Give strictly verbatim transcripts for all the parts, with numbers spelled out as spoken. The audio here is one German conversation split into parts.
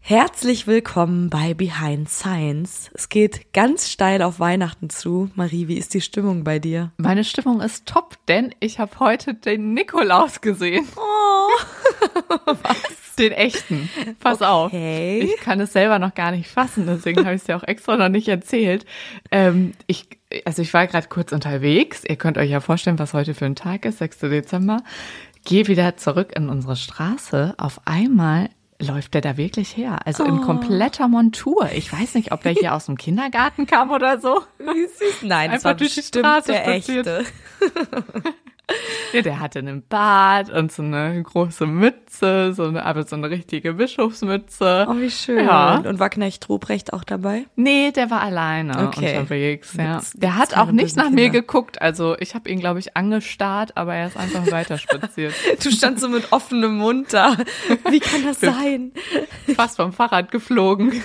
Herzlich willkommen bei Behind Science. Es geht ganz steil auf Weihnachten zu. Marie, wie ist die Stimmung bei dir? Meine Stimmung ist top, denn ich habe heute den Nikolaus gesehen. Oh, was? Den echten. Pass okay. auf. Ich kann es selber noch gar nicht fassen, deswegen habe ich es ja auch extra noch nicht erzählt. Ähm, ich, also ich war gerade kurz unterwegs. Ihr könnt euch ja vorstellen, was heute für ein Tag ist, sechster Dezember. Gehe wieder zurück in unsere Straße. Auf einmal läuft der da wirklich her. Also in Oh. kompletter Montur. Ich weiß nicht, ob der hier aus dem Kindergarten kam oder so. Wie süß. Nein, das Einfach war durch die bestimmt Straße der spaziert. echte. Ja, der hatte einen Bart und so eine große Mütze, so eine, aber so eine richtige Bischofsmütze. Oh, wie schön. Ja. Und war Knecht Ruprecht auch dabei? Nee, der war alleine Okay. unterwegs. Ja. Mit- Der mit hat zwei auch nicht bösen nach mir Kindern. geguckt. Also ich habe ihn, glaube ich, angestarrt, aber er ist einfach weiter spaziert. Du standst so mit offenem Mund da. Wie kann das sein? Fast vom Fahrrad geflogen.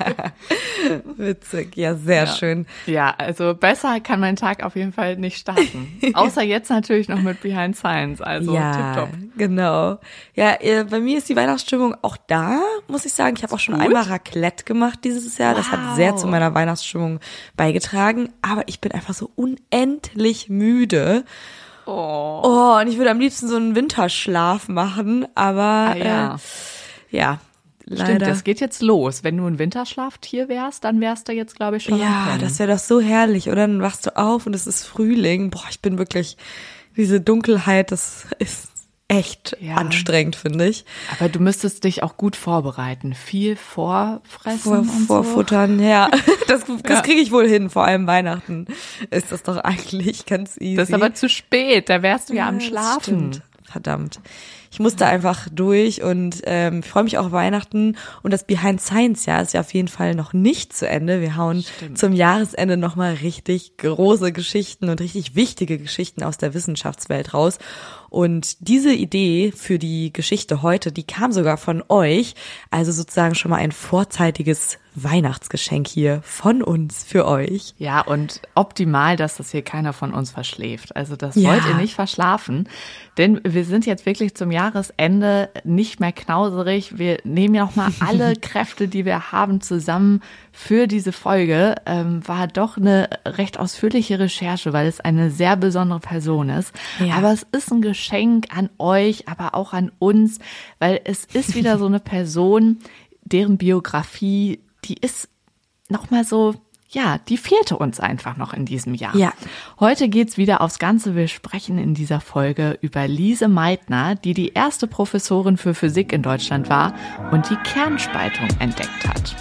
Witzig, ja, sehr Ja. schön. Ja, also besser kann mein Tag auf jeden Fall nicht starten. Außer jetzt natürlich noch mit Behind Science. Also ja, tipptopp. genau. Ja, äh, bei mir ist die Weihnachtsstimmung auch da, muss ich sagen. Ich habe auch schon Gut. einmal Raclette gemacht dieses Jahr. Das hat Wow. sehr zu meiner Weihnachtsstimmung beigetragen. Aber ich bin einfach so unendlich müde. Oh. Oh, und ich würde am liebsten so einen Winterschlaf machen. Aber Ah, ja. äh, ja, Stimmt, leider. das geht jetzt los. Wenn du ein Winterschlaftier wärst, dann wärst du jetzt, glaube ich, schon am Ja, Pennen. das wäre doch so herrlich. Oder dann wachst du auf und es ist Frühling. Boah, ich bin wirklich, diese Dunkelheit, das ist echt Ja. anstrengend, finde ich. Aber du müsstest dich auch gut vorbereiten. Viel vorfressen Vor, und so. vorfuttern, ja. Das, das Ja. kriege ich wohl hin, vor allem Weihnachten ist das doch eigentlich ganz easy. Das ist aber zu spät, da wärst du ja, am das Schlafen. stimmt. Verdammt. Ich musste einfach durch und ähm, ich freue mich auch auf Weihnachten. Und das Behind Science Jahr ist ja auf jeden Fall noch nicht zu Ende. Wir hauen Stimmt. zum Jahresende nochmal richtig große Geschichten und richtig wichtige Geschichten aus der Wissenschaftswelt raus. Und diese Idee für die Geschichte heute, die kam sogar von euch. Also sozusagen schon mal ein vorzeitiges Weihnachtsgeschenk hier von uns für euch. Ja, und optimal, dass das hier keiner von uns verschläft. Also das Ja. wollt ihr nicht verschlafen, denn wir sind jetzt wirklich zum Jahresende nicht mehr knauserig. Wir nehmen ja noch mal alle Kräfte, die wir haben, zusammen für diese Folge. Ähm, war doch eine recht ausführliche Recherche, weil es eine sehr besondere Person ist. Ja. Aber es ist ein Geschenk an euch, aber auch an uns, weil es ist wieder so eine Person, deren Biografie, die ist noch mal so, ja, die fehlte uns einfach noch in diesem Jahr. Ja. Heute geht's wieder aufs Ganze. Wir sprechen in dieser Folge über Lise Meitner, die die erste Professorin für Physik in Deutschland war und die Kernspaltung entdeckt hat.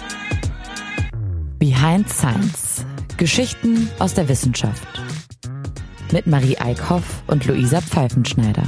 Behind Science. Geschichten aus der Wissenschaft. Mit Marie Eickhoff und Luisa Pfeifenschneider.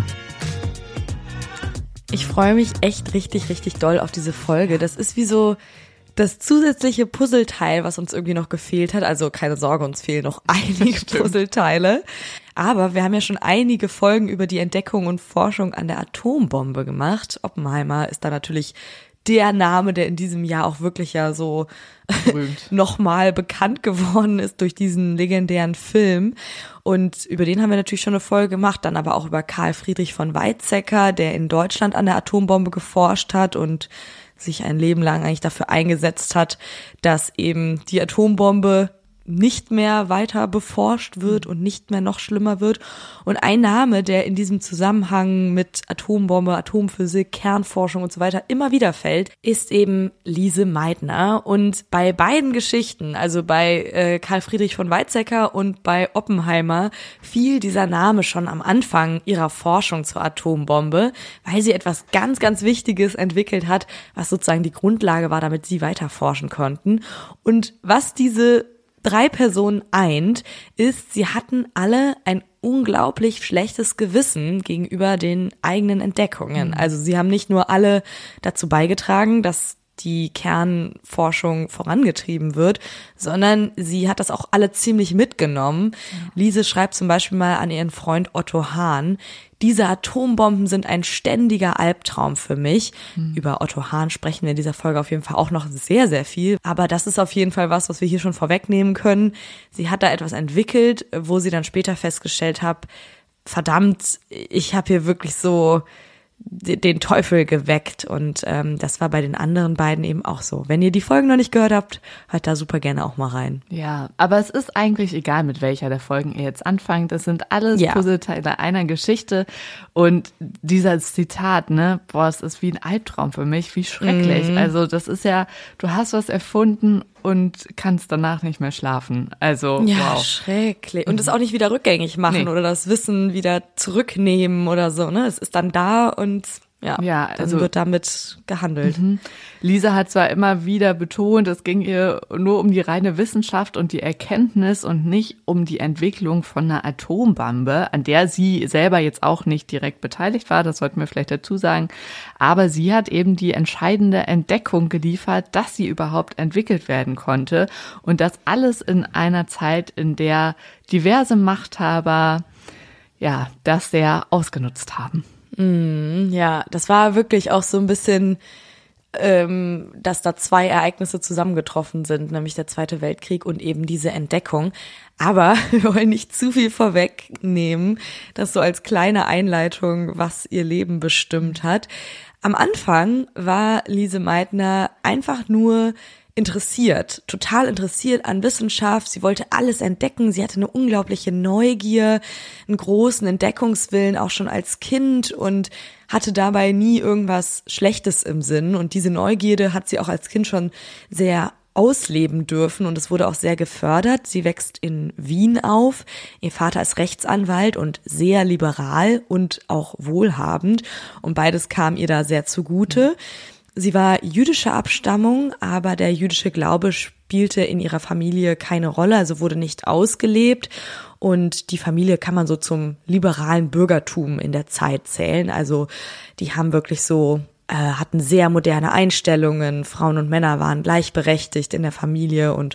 Ich freue mich echt richtig, richtig doll auf diese Folge. Das ist wie so das zusätzliche Puzzleteil, was uns irgendwie noch gefehlt hat. Also keine Sorge, uns fehlen noch einige Stimmt. Puzzleteile. Aber wir haben ja schon einige Folgen über die Entdeckung und Forschung an der Atombombe gemacht. Oppenheimer ist da natürlich der Name, der in diesem Jahr auch wirklich ja so Berühmt. nochmal bekannt geworden ist durch diesen legendären Film. Und über den haben wir natürlich schon eine Folge gemacht, dann aber auch über Karl Friedrich von Weizsäcker, der in Deutschland an der Atombombe geforscht hat und sich ein Leben lang eigentlich dafür eingesetzt hat, dass eben die Atombombe nicht mehr weiter beforscht wird und nicht mehr noch schlimmer wird. Und ein Name, der in diesem Zusammenhang mit Atombombe, Atomphysik, Kernforschung und so weiter immer wieder fällt, ist eben Lise Meitner. Und bei beiden Geschichten, also bei äh, Karl Friedrich von Weizsäcker und bei Oppenheimer, fiel dieser Name schon am Anfang ihrer Forschung zur Atombombe, weil sie etwas ganz, ganz Wichtiges entwickelt hat, was sozusagen die Grundlage war, damit sie weiter forschen konnten. Und was diese drei Personen eint, ist, sie hatten alle ein unglaublich schlechtes Gewissen gegenüber den eigenen Entdeckungen. Also sie haben nicht nur alle dazu beigetragen, dass die Kernforschung vorangetrieben wird, sondern sie hat das auch alle ziemlich mitgenommen. Lise schreibt zum Beispiel mal an ihren Freund Otto Hahn: Diese Atombomben sind ein ständiger Albtraum für mich. Mhm. Über Otto Hahn sprechen wir in dieser Folge auf jeden Fall auch noch sehr, sehr viel. Aber das ist auf jeden Fall was, was wir hier schon vorwegnehmen können. Sie hat da etwas entwickelt, wo sie dann später festgestellt hat, verdammt, ich habe hier wirklich so den Teufel geweckt und ähm, das war bei den anderen beiden eben auch so. Wenn ihr die Folgen noch nicht gehört habt, hört da super gerne auch mal rein. Ja, aber es ist eigentlich egal, mit welcher der Folgen ihr jetzt anfangt. Das sind alles ja. Puzzleteile einer Geschichte und dieser Zitat, ne, boah, es ist wie ein Albtraum für mich, wie schrecklich. Mhm. Also das ist ja, du hast was erfunden und kannst danach nicht mehr schlafen. Also, ja, wow. schrecklich. Und das auch nicht wieder rückgängig machen nee. oder das Wissen wieder zurücknehmen oder so, ne? Es ist dann da und ja, ja also, dann wird damit gehandelt. Mhm. Lisa hat zwar immer wieder betont, es ging ihr nur um die reine Wissenschaft und die Erkenntnis und nicht um die Entwicklung von einer Atombombe, an der sie selber jetzt auch nicht direkt beteiligt war, das sollten wir vielleicht dazu sagen. Aber sie hat eben die entscheidende Entdeckung geliefert, dass sie überhaupt entwickelt werden konnte. Und das alles in einer Zeit, in der diverse Machthaber ja das sehr ausgenutzt haben. Mm, ja, das war wirklich auch so ein bisschen, ähm, dass da zwei Ereignisse zusammengetroffen sind, nämlich der Zweite Weltkrieg und eben diese Entdeckung. Aber wir wollen nicht zu viel vorwegnehmen, das so als kleine Einleitung, was ihr Leben bestimmt hat. Am Anfang war Lise Meitner einfach nur interessiert, total interessiert an Wissenschaft. Sie wollte alles entdecken. Sie hatte eine unglaubliche Neugier, einen großen Entdeckungswillen, auch schon als Kind und hatte dabei nie irgendwas Schlechtes im Sinn. Und diese Neugierde hat sie auch als Kind schon sehr ausleben dürfen und es wurde auch sehr gefördert. Sie wächst in Wien auf. Ihr Vater ist Rechtsanwalt und sehr liberal und auch wohlhabend und beides kam ihr da sehr zugute. Sie war jüdischer Abstammung, aber der jüdische Glaube spielte in ihrer Familie keine Rolle, also wurde nicht ausgelebt. Und die Familie kann man so zum liberalen Bürgertum in der Zeit zählen. Also die haben wirklich so, äh, hatten sehr moderne Einstellungen. Frauen und Männer waren gleichberechtigt in der Familie. Und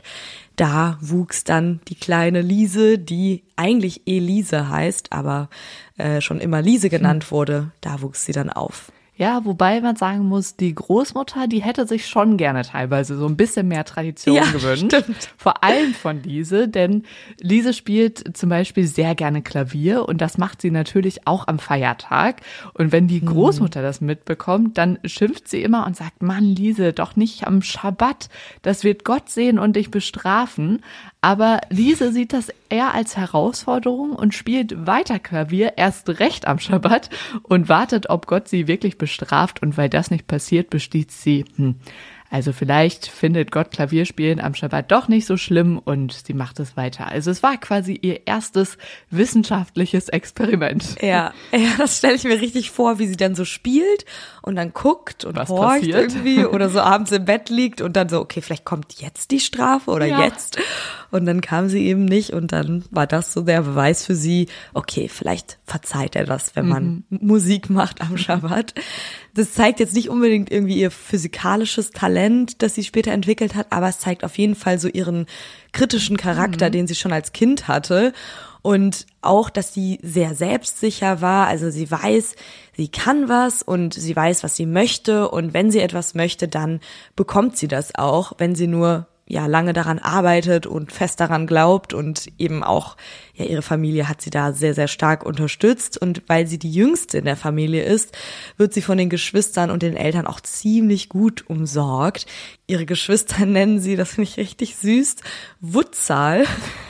da wuchs dann die kleine Lise, die eigentlich Elise heißt, aber äh, schon immer Lise genannt wurde. Da wuchs sie dann auf. Ja, wobei man sagen muss, die Großmutter, die hätte sich schon gerne teilweise so ein bisschen mehr Tradition ja, gewünscht. Stimmt. Vor allem von Lise, denn Lise spielt zum Beispiel sehr gerne Klavier und das macht sie natürlich auch am Feiertag. Und wenn die Großmutter das mitbekommt, dann schimpft sie immer und sagt, Mann, Lise, doch nicht am Schabbat. Das wird Gott sehen und dich bestrafen. Aber Lise sieht das eher als Herausforderung und spielt weiter Klavier, erst recht am Schabbat und wartet, ob Gott sie wirklich bestraft. Und weil das nicht passiert, beschließt sie, hm, also vielleicht findet Gott Klavierspielen am Schabbat doch nicht so schlimm und sie macht es weiter. Also es war quasi ihr erstes wissenschaftliches Experiment. Ja, ja, das stelle ich mir richtig vor, wie sie dann so spielt und dann guckt und was horcht passiert? irgendwie oder so abends im Bett liegt und dann so, okay, vielleicht kommt jetzt die Strafe oder ja. jetzt. Und dann kam sie eben nicht und dann war das so der Beweis für sie, okay, vielleicht verzeiht er das, wenn man mhm. Musik macht am Schabbat. Das zeigt jetzt nicht unbedingt irgendwie ihr physikalisches Talent, das sie später entwickelt hat, aber es zeigt auf jeden Fall so ihren kritischen Charakter, mhm. den sie schon als Kind hatte. Und auch, dass sie sehr selbstsicher war, also sie weiß, sie kann was und sie weiß, was sie möchte und wenn sie etwas möchte, dann bekommt sie das auch, wenn sie nur ja lange daran arbeitet und fest daran glaubt und eben auch, ja, ihre Familie hat sie da sehr, sehr stark unterstützt und weil sie die Jüngste in der Familie ist, wird sie von den Geschwistern und den Eltern auch ziemlich gut umsorgt. Ihre Geschwister nennen sie, das finde ich richtig süß, Wutzal.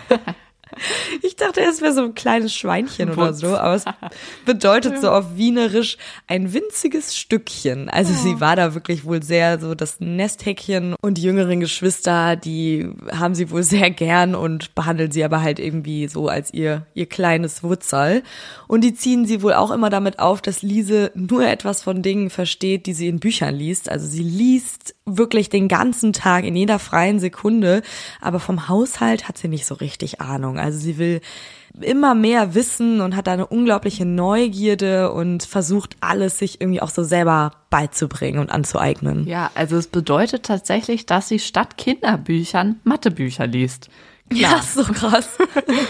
Ich dachte, es wäre so ein kleines Schweinchen oder so, aber es bedeutet so auf Wienerisch ein winziges Stückchen. Also oh. sie war da wirklich wohl sehr so das Nesthäkchen und die jüngeren Geschwister, die haben sie wohl sehr gern und behandeln sie aber halt irgendwie so als ihr ihr kleines Wutzerl. Und die ziehen sie wohl auch immer damit auf, dass Lise nur etwas von Dingen versteht, die sie in Büchern liest. Also sie liest wirklich den ganzen Tag in jeder freien Sekunde, aber vom Haushalt hat sie nicht so richtig Ahnung. Also sie will immer mehr wissen und hat da eine unglaubliche Neugierde und versucht alles sich irgendwie auch so selber beizubringen und anzueignen. Ja, also es bedeutet tatsächlich, dass sie statt Kinderbüchern Mathebücher liest. Klar. Ja, so krass.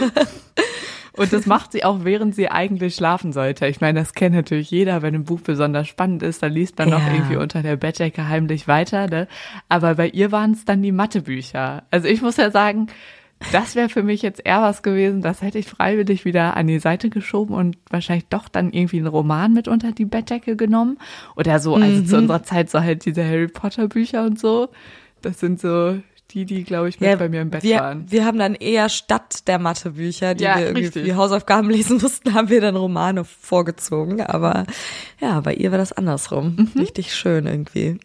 Und das macht sie auch, während sie eigentlich schlafen sollte. Ich meine, das kennt natürlich jeder, wenn ein Buch besonders spannend ist, dann liest man ja. noch irgendwie unter der Bettdecke heimlich weiter. Ne? Aber bei ihr waren es dann die Mathebücher. Also ich muss ja sagen, Das wäre für mich jetzt eher was gewesen, das hätte ich freiwillig wieder an die Seite geschoben und wahrscheinlich doch dann irgendwie einen Roman mit unter die Bettdecke genommen. Oder so, also mhm. zu unserer Zeit so halt diese Harry Potter Bücher und so. Das sind so die, die, glaube ich, mit ja, bei mir im Bett wir, waren. Wir haben dann eher statt der Mathebücher, die ja, wir irgendwie für die Hausaufgaben lesen mussten, haben wir dann Romane vorgezogen. Aber ja, bei ihr war das andersrum. Mhm. Richtig schön irgendwie.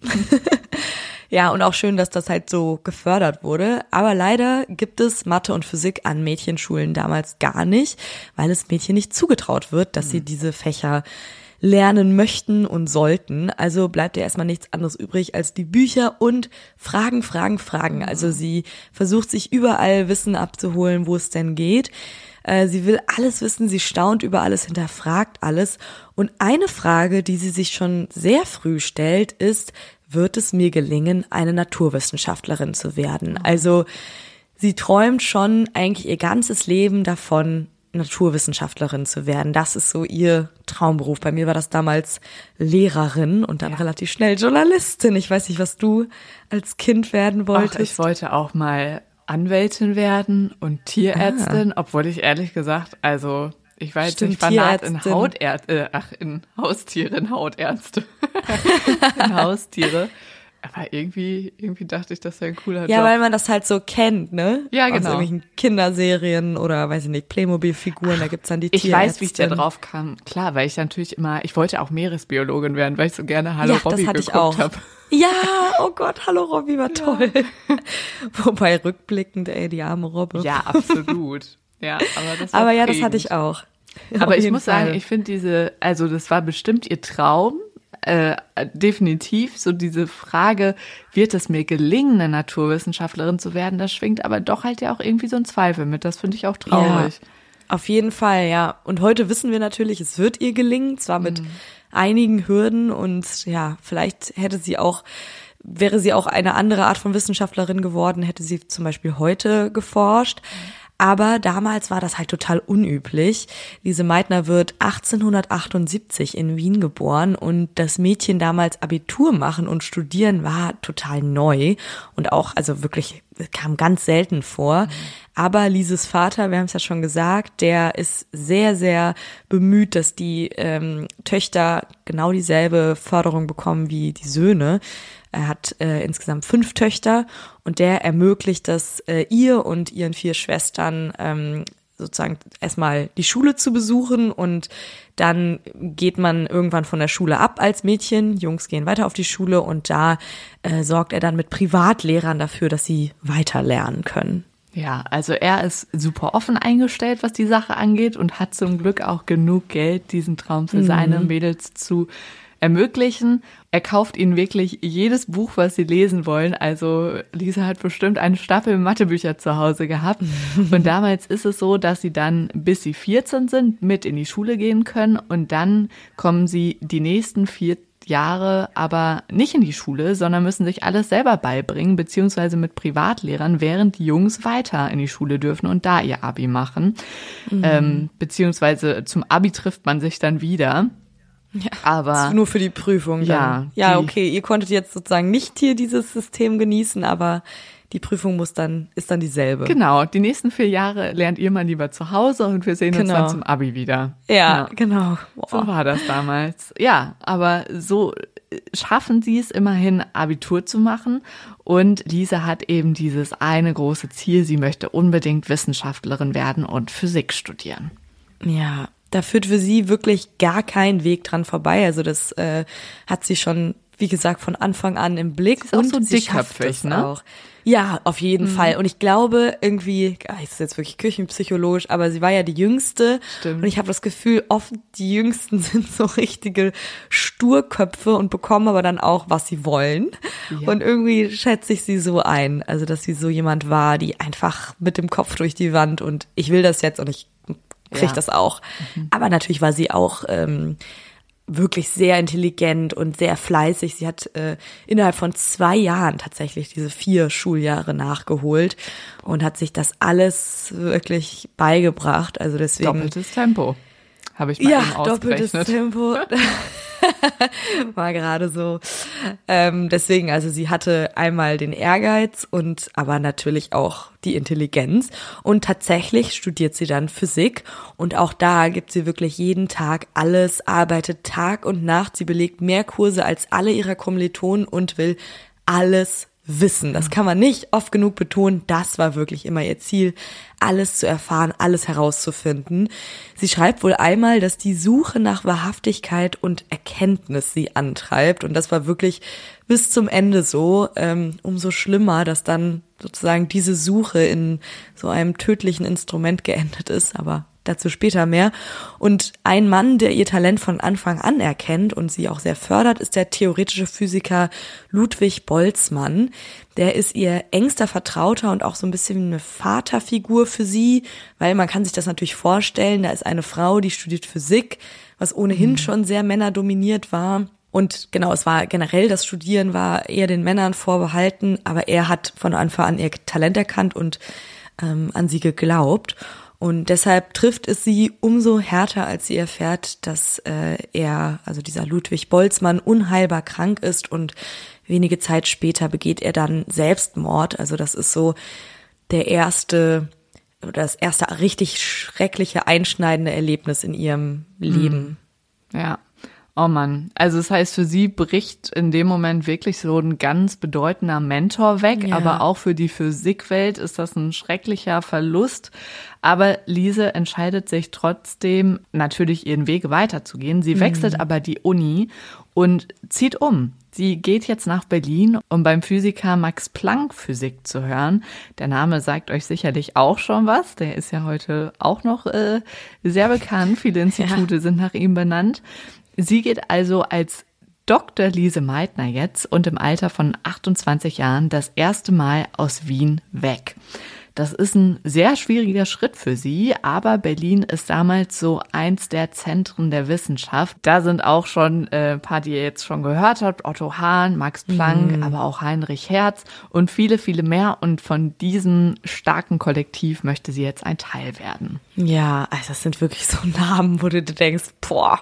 Ja, und auch schön, dass das halt so gefördert wurde. Aber leider gibt es Mathe und Physik an Mädchenschulen damals gar nicht, weil es Mädchen nicht zugetraut wird, dass sie diese Fächer lernen möchten und sollten. Also bleibt ihr erstmal nichts anderes übrig als die Bücher und Fragen, Fragen, Fragen. Also sie versucht sich überall Wissen abzuholen, wo es denn geht. Sie will alles wissen, sie staunt über alles, hinterfragt alles. Und eine Frage, die sie sich schon sehr früh stellt, ist: Wird es mir gelingen, eine Naturwissenschaftlerin zu werden? Also sie träumt schon eigentlich ihr ganzes Leben davon, Naturwissenschaftlerin zu werden. Das ist so ihr Traumberuf. Bei mir war das damals Lehrerin und dann ja. relativ schnell Journalistin. Ich weiß nicht, was du als Kind werden wolltest. Ach, ich wollte auch mal Anwältin werden und Tierärztin, ah. obwohl ich ehrlich gesagt, also ich weiß nicht, ich war nah in Hautärzte, äh, ach, in Haustiere, in Hautärzte, in Haustiere. Aber irgendwie, irgendwie dachte ich, das wäre ein cooler Job. Ja, weil man das halt so kennt, ne? Ja, genau. Aus irgendwelchen Kinderserien oder, weiß ich nicht, Playmobil-Figuren, da gibt's dann die Tierärzte. Ich weiß, wie ich da drauf kam. Klar, weil ich natürlich immer, ich wollte auch Meeresbiologin werden, weil ich so gerne Hallo ja, Robby geguckt habe. Ja, oh Gott, Hallo Robby war toll. Ja. Wobei rückblickend, ey, die arme Robbe. Ja, absolut. Ja, aber das war Aber ja, prägend. Das hatte ich auch. Aber ich muss Fall. sagen, ich finde diese, also das war bestimmt ihr Traum, äh, definitiv, so diese Frage, wird es mir gelingen, eine Naturwissenschaftlerin zu werden, das schwingt aber doch halt ja auch irgendwie so ein Zweifel mit, das finde ich auch traurig. Ja, auf jeden Fall, ja. Und heute wissen wir natürlich, es wird ihr gelingen, zwar mit mhm. einigen Hürden und ja, vielleicht hätte sie auch, wäre sie auch eine andere Art von Wissenschaftlerin geworden, hätte sie zum Beispiel heute geforscht. Mhm. Aber damals war das halt total unüblich. Lise Meitner wird achtzehnhundertachtundsiebzig in Wien geboren und das Mädchen damals Abitur machen und studieren war total neu und auch, also wirklich, kam ganz selten vor. Mhm. Aber Lises Vater, wir haben es ja schon gesagt, der ist sehr, sehr bemüht, dass die ähm, Töchter genau dieselbe Förderung bekommen wie die Söhne. Er hat äh, insgesamt fünf Töchter und der ermöglicht das äh, ihr und ihren vier Schwestern ähm, sozusagen erstmal die Schule zu besuchen und dann geht man irgendwann von der Schule ab als Mädchen. Jungs gehen weiter auf die Schule und da äh, sorgt er dann mit Privatlehrern dafür, dass sie weiter lernen können. Ja, also er ist super offen eingestellt, was die Sache angeht und hat zum Glück auch genug Geld, diesen Traum für mhm. seine Mädels zu ermöglichen. Er kauft ihnen wirklich jedes Buch, was sie lesen wollen. Also Lisa hat bestimmt einen Stapel Mathebücher zu Hause gehabt. Und damals ist es so, dass sie dann, bis sie vierzehn sind, mit in die Schule gehen können. Und dann kommen sie die nächsten vier Jahre aber nicht in die Schule, sondern müssen sich alles selber beibringen, beziehungsweise mit Privatlehrern, während die Jungs weiter in die Schule dürfen und da ihr Abi machen. Mhm. Ähm, beziehungsweise zum Abi trifft man sich dann wieder. Ja, aber nur für die Prüfung dann. Ja, ja, okay, ihr konntet jetzt sozusagen nicht hier dieses System genießen, aber die Prüfung muss dann ist dann dieselbe. Genau, die nächsten vier Jahre lernt ihr mal lieber zu Hause und wir sehen genau. uns dann zum Abi wieder. Ja, ja. genau. Wow. So war das damals. Ja, aber so schaffen sie es immerhin, Abitur zu machen. Und Lisa hat eben dieses eine große Ziel, sie möchte unbedingt Wissenschaftlerin werden und Physik studieren. Ja, da führt für sie wirklich gar kein Weg dran vorbei. Also das äh, hat sie schon, wie gesagt, von Anfang an im Blick. Sie ist und auch so dickköpfig, ne? Auch. Ja, auf jeden mhm. Fall. Und ich glaube irgendwie, das ist jetzt wirklich küchenpsychologisch, aber sie war ja die Jüngste. Stimmt. Und ich habe das Gefühl, oft die Jüngsten sind so richtige Sturköpfe und bekommen aber dann auch, was sie wollen. Ja. Und irgendwie schätze ich sie so ein. Also, dass sie so jemand war, die einfach mit dem Kopf durch die Wand und ich will das jetzt und ich krieg ja. das auch. Mhm. Aber natürlich war sie auch ähm, wirklich sehr intelligent und sehr fleißig. Sie hat äh, innerhalb von zwei Jahren tatsächlich diese vier Schuljahre nachgeholt und hat sich das alles wirklich beigebracht. Also deswegen doppeltes Tempo, habe ich mal ja, eben ausgerechnet. Ja, doppeltes Tempo. war gerade so. Ähm, deswegen, also sie hatte einmal den Ehrgeiz und aber natürlich auch die Intelligenz. Und tatsächlich studiert sie dann Physik. Und auch da gibt sie wirklich jeden Tag alles, arbeitet Tag und Nacht. Sie belegt mehr Kurse als alle ihrer Kommilitonen und will alles wissen. Das kann man nicht oft genug betonen. Das war wirklich immer ihr Ziel, alles zu erfahren, alles herauszufinden. Sie schreibt wohl einmal, dass die Suche nach Wahrhaftigkeit und Erkenntnis sie antreibt. Und das war wirklich bis zum Ende so. Ähm, umso schlimmer, dass dann sozusagen diese Suche in so einem tödlichen Instrument geendet ist. Aber dazu später mehr. Und ein Mann, der ihr Talent von Anfang an erkennt und sie auch sehr fördert, ist der theoretische Physiker Ludwig Boltzmann. Der ist ihr engster Vertrauter und auch so ein bisschen eine Vaterfigur für sie, weil man kann sich das natürlich vorstellen, da ist eine Frau, die studiert Physik, was ohnehin mhm. schon sehr männerdominiert war. Und genau, es war generell, das Studieren war eher den Männern vorbehalten, aber er hat von Anfang an ihr Talent erkannt und ähm, an sie geglaubt. Und deshalb trifft es sie umso härter, als sie erfährt, dass äh, er, also dieser Ludwig Boltzmann, unheilbar krank ist und wenige Zeit später begeht er dann Selbstmord. Also das ist so der erste, oder das erste richtig schreckliche, einschneidende Erlebnis in ihrem Leben. Ja. Oh Mann, also das heißt, für sie bricht in dem Moment wirklich so ein ganz bedeutender Mentor weg, ja. Aber auch für die Physikwelt ist das ein schrecklicher Verlust. Aber Lise entscheidet sich trotzdem, natürlich ihren Weg weiterzugehen. Sie wechselt mhm. aber die Uni und zieht um. Sie geht jetzt nach Berlin, um beim Physiker Max Planck Physik zu hören. Der Name sagt euch sicherlich auch schon was. Der ist ja heute auch noch äh, sehr bekannt. Viele Institute ja. sind nach ihm benannt. Sie geht also als Doktor Lise Meitner jetzt und im Alter von achtundzwanzig Jahren das erste Mal aus Wien weg. Das ist ein sehr schwieriger Schritt für sie, aber Berlin ist damals so eins der Zentren der Wissenschaft. Da sind auch schon äh, ein paar, die ihr jetzt schon gehört habt, Otto Hahn, Max Planck, mhm. aber auch Heinrich Hertz und viele, viele mehr. Und von diesem starken Kollektiv möchte sie jetzt ein Teil werden. Ja, also das sind wirklich so Namen, wo du dir denkst, boah,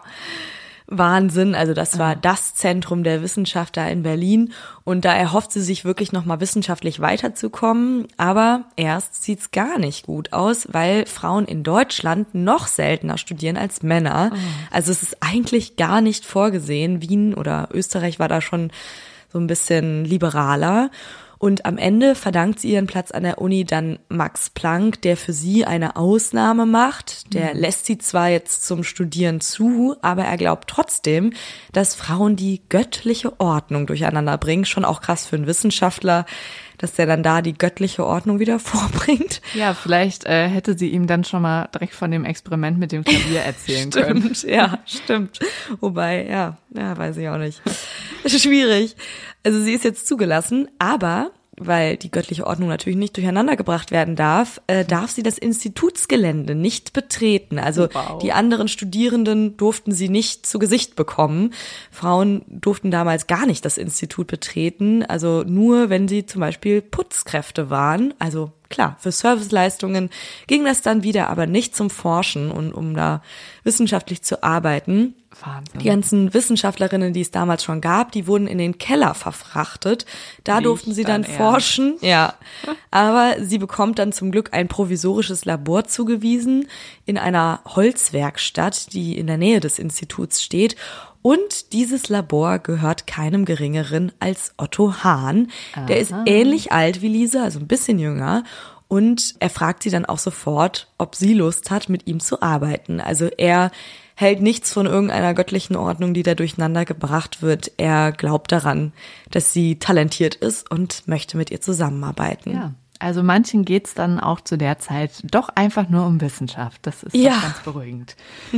Wahnsinn, also das war das Zentrum der Wissenschaft da in Berlin und da erhofft sie sich wirklich nochmal wissenschaftlich weiterzukommen, aber erst sieht's gar nicht gut aus, weil Frauen in Deutschland noch seltener studieren als Männer. Also es ist eigentlich gar nicht vorgesehen. Wien oder Österreich war da schon so ein bisschen liberaler. Und am Ende verdankt sie ihren Platz an der Uni dann Max Planck, der für sie eine Ausnahme macht. Der mhm. lässt sie zwar jetzt zum Studieren zu, aber er glaubt trotzdem, dass Frauen die göttliche Ordnung durcheinander bringen. Schon auch krass für einen Wissenschaftler, dass der dann da die göttliche Ordnung wieder vorbringt. Ja, vielleicht äh, hätte sie ihm dann schon mal direkt von dem Experiment mit dem Klavier erzählen stimmt, können. Ja, stimmt. Wobei, ja, ja, weiß ich auch nicht. Ist schwierig. Also sie ist jetzt zugelassen, aber weil die göttliche Ordnung natürlich nicht durcheinander gebracht werden darf, äh, darf sie das Institutsgelände nicht betreten. Also wow. Die anderen Studierenden durften sie nicht zu Gesicht bekommen. Frauen durften damals gar nicht das Institut betreten, also nur, wenn sie zum Beispiel Putzkräfte waren. Also klar, für Serviceleistungen ging das dann wieder, aber nicht zum Forschen und um da wissenschaftlich zu arbeiten. Wahnsinn. Die ganzen Wissenschaftlerinnen, die es damals schon gab, die wurden in den Keller verfrachtet. Da Nicht durften sie dann dann forschen. Ja, aber sie bekommt dann zum Glück ein provisorisches Labor zugewiesen in einer Holzwerkstatt, die in der Nähe des Instituts steht. Und dieses Labor gehört keinem Geringeren als Otto Hahn. Aha. Der ist ähnlich alt wie Lise, also ein bisschen jünger. Und er fragt sie dann auch sofort, ob sie Lust hat, mit ihm zu arbeiten. Also er hält nichts von irgendeiner göttlichen Ordnung, die da durcheinander gebracht wird. Er glaubt daran, dass sie talentiert ist und möchte mit ihr zusammenarbeiten. Ja. Also manchen geht's dann auch zu der Zeit doch einfach nur um Wissenschaft. Das ist ja. doch ganz beruhigend.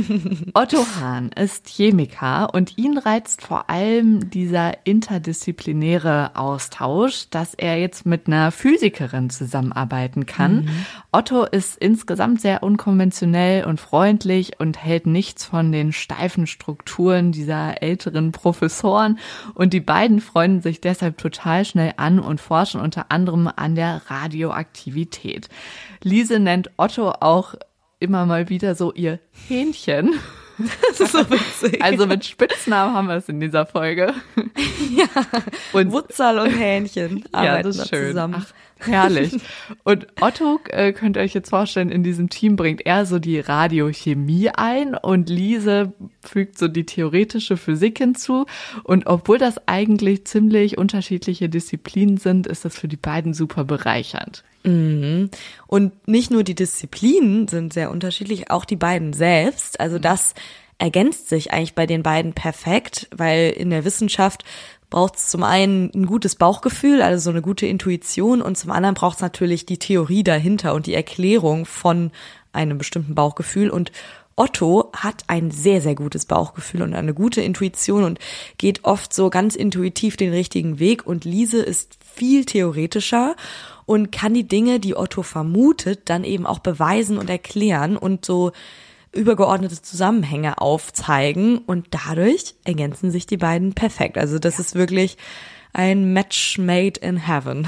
Otto Hahn ist Chemiker und ihn reizt vor allem dieser interdisziplinäre Austausch, dass er jetzt mit einer Physikerin zusammenarbeiten kann. Mhm. Otto ist insgesamt sehr unkonventionell und freundlich und hält nichts von den steifen Strukturen dieser älteren Professoren. Und die beiden freunden sich deshalb total schnell an und forschen unter anderem an der Radio Radioaktivität. Lise nennt Otto auch immer mal wieder so ihr Hähnchen. Das ist so witzig. Also mit Spitznamen haben wir es in dieser Folge. Ja, und Wutzerl und Hähnchen arbeiten ja, das ist da schön. zusammen. Ach, herrlich. Und Otto, äh, könnt ihr euch jetzt vorstellen, in diesem Team bringt er so die Radiochemie ein und Lise fügt so die theoretische Physik hinzu. Und obwohl das eigentlich ziemlich unterschiedliche Disziplinen sind, ist das für die beiden super bereichernd. Mhm. Und nicht nur die Disziplinen sind sehr unterschiedlich, auch die beiden selbst. Also das ergänzt sich eigentlich bei den beiden perfekt, weil in der Wissenschaft braucht es zum einen ein gutes Bauchgefühl, also so eine gute Intuition, und zum anderen braucht es natürlich die Theorie dahinter und die Erklärung von einem bestimmten Bauchgefühl. Und Otto hat ein sehr, sehr gutes Bauchgefühl und eine gute Intuition und geht oft so ganz intuitiv den richtigen Weg. Und Lise ist viel theoretischer und kann die Dinge, die Otto vermutet, dann eben auch beweisen und erklären und so übergeordnete Zusammenhänge aufzeigen. Und dadurch ergänzen sich die beiden perfekt. Also das ist wirklich ein Match made in heaven.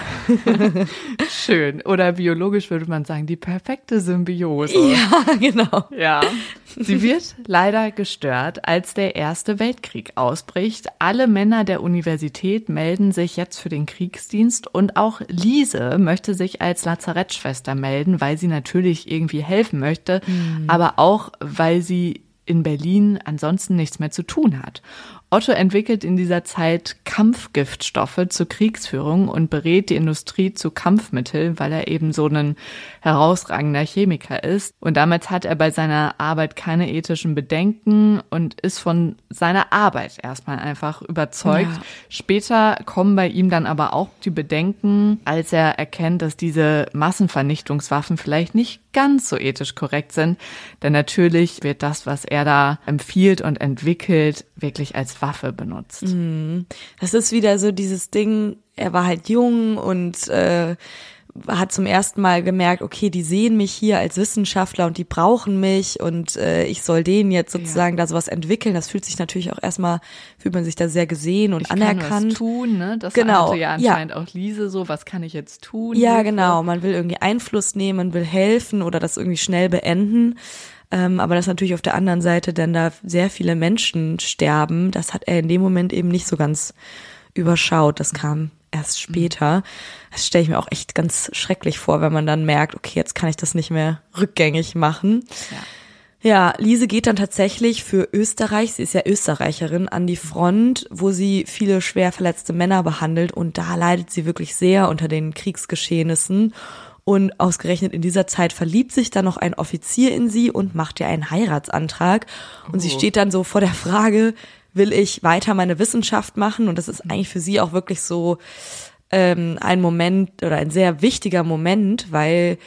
Schön. Oder biologisch würde man sagen, die perfekte Symbiose. Ja, genau. Ja. Sie wird leider gestört, als der Erste Weltkrieg ausbricht. Alle Männer der Universität melden sich jetzt für den Kriegsdienst und auch Lise möchte sich als Lazarettschwester melden, weil sie natürlich irgendwie helfen möchte, mhm. aber auch, weil sie in Berlin ansonsten nichts mehr zu tun hat. Otto entwickelt in dieser Zeit Kampfgiftstoffe zur Kriegsführung und berät die Industrie zu Kampfmitteln, weil er eben so ein herausragender Chemiker ist. Und damit hat er bei seiner Arbeit keine ethischen Bedenken und ist von seiner Arbeit erstmal einfach überzeugt. Ja. Später kommen bei ihm dann aber auch die Bedenken, als er erkennt, dass diese Massenvernichtungswaffen vielleicht nicht ganz so ethisch korrekt sind. Denn natürlich wird das, was er da empfiehlt und entwickelt, wirklich als Waffe benutzt. Das ist wieder so dieses Ding, er war halt jung und äh, hat zum ersten Mal gemerkt, okay, die sehen mich hier als Wissenschaftler und die brauchen mich und äh, ich soll denen jetzt sozusagen ja. da sowas entwickeln. Das fühlt sich natürlich auch erstmal, fühlt man sich da sehr gesehen und ich anerkannt. Kann was tun, ne? Das genau. hatte ja anscheinend ja. auch Lise so, was kann ich jetzt tun? Ja, Hilfe? Genau, man will irgendwie Einfluss nehmen, man will helfen oder das irgendwie schnell beenden. Ähm, aber dass natürlich auf der anderen Seite dann da sehr viele Menschen sterben, das hat er in dem Moment eben nicht so ganz überschaut. Das kam erst später. Das stelle ich mir auch echt ganz schrecklich vor, wenn man dann merkt, okay, jetzt kann ich das nicht mehr rückgängig machen. Ja. Ja, Lise geht dann tatsächlich für Österreich, sie ist ja Österreicherin, an die Front, wo sie viele schwer verletzte Männer behandelt und da leidet sie wirklich sehr unter den Kriegsgeschehnissen. Und ausgerechnet in dieser Zeit verliebt sich dann noch ein Offizier in sie und macht ihr einen Heiratsantrag. Und oh. sie steht dann so vor der Frage, will ich weiter meine Wissenschaft machen? Und das ist eigentlich für sie auch wirklich so ähm, ein Moment oder ein sehr wichtiger Moment, weil